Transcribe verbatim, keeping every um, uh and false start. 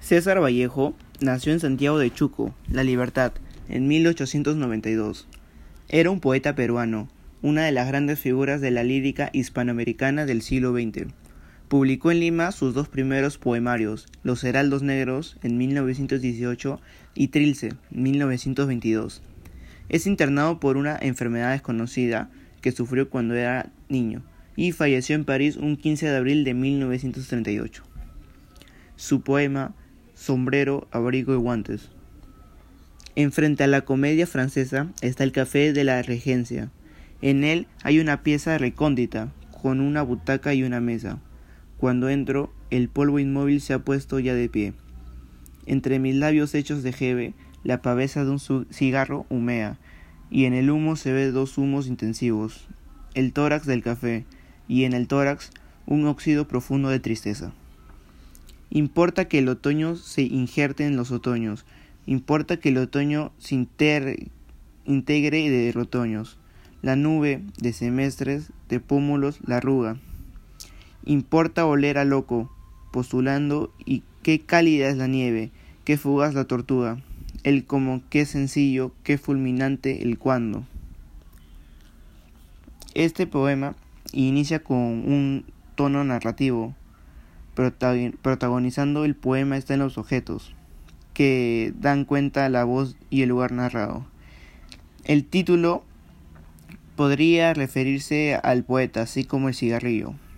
César Vallejo nació en Santiago de Chuco, La Libertad, en mil ochocientos noventa y dos. Era un poeta peruano, una de las grandes figuras de la lírica hispanoamericana del siglo veinte. Publicó en Lima sus dos primeros poemarios, Los Heraldos Negros, en mil novecientos dieciocho, y Trilce, mil novecientos veintidós. Es internado por una enfermedad desconocida que sufrió cuando era niño, y falleció en París un quince de abril de mil novecientos treinta y ocho. Su poema Sombrero, abrigo y guantes. Enfrente a la Comedia Francesa está el Café de la Regencia. En él hay una pieza recóndita, con una butaca y una mesa. Cuando entro, el polvo inmóvil se ha puesto ya de pie. Entre mis labios hechos de jeve, la pavesa de un cigarro humea, y en el humo se ve dos humos intensivos, el tórax del café, y en el tórax un óxido profundo de tristeza. Importa que el otoño se injerte en los otoños, importa que el otoño se inter- integre de retoños, la nube de semestres, de pómulos, la arruga. Importa oler a loco, postulando, y qué cálida es la nieve, qué fugaz la tortuga, el cómo, qué sencillo, qué fulminante el cuándo. Este poema inicia con un tono narrativo. Protagonizando el poema están los objetos, que dan cuenta la voz y el lugar narrado. El título podría referirse al poeta, así como el cigarrillo.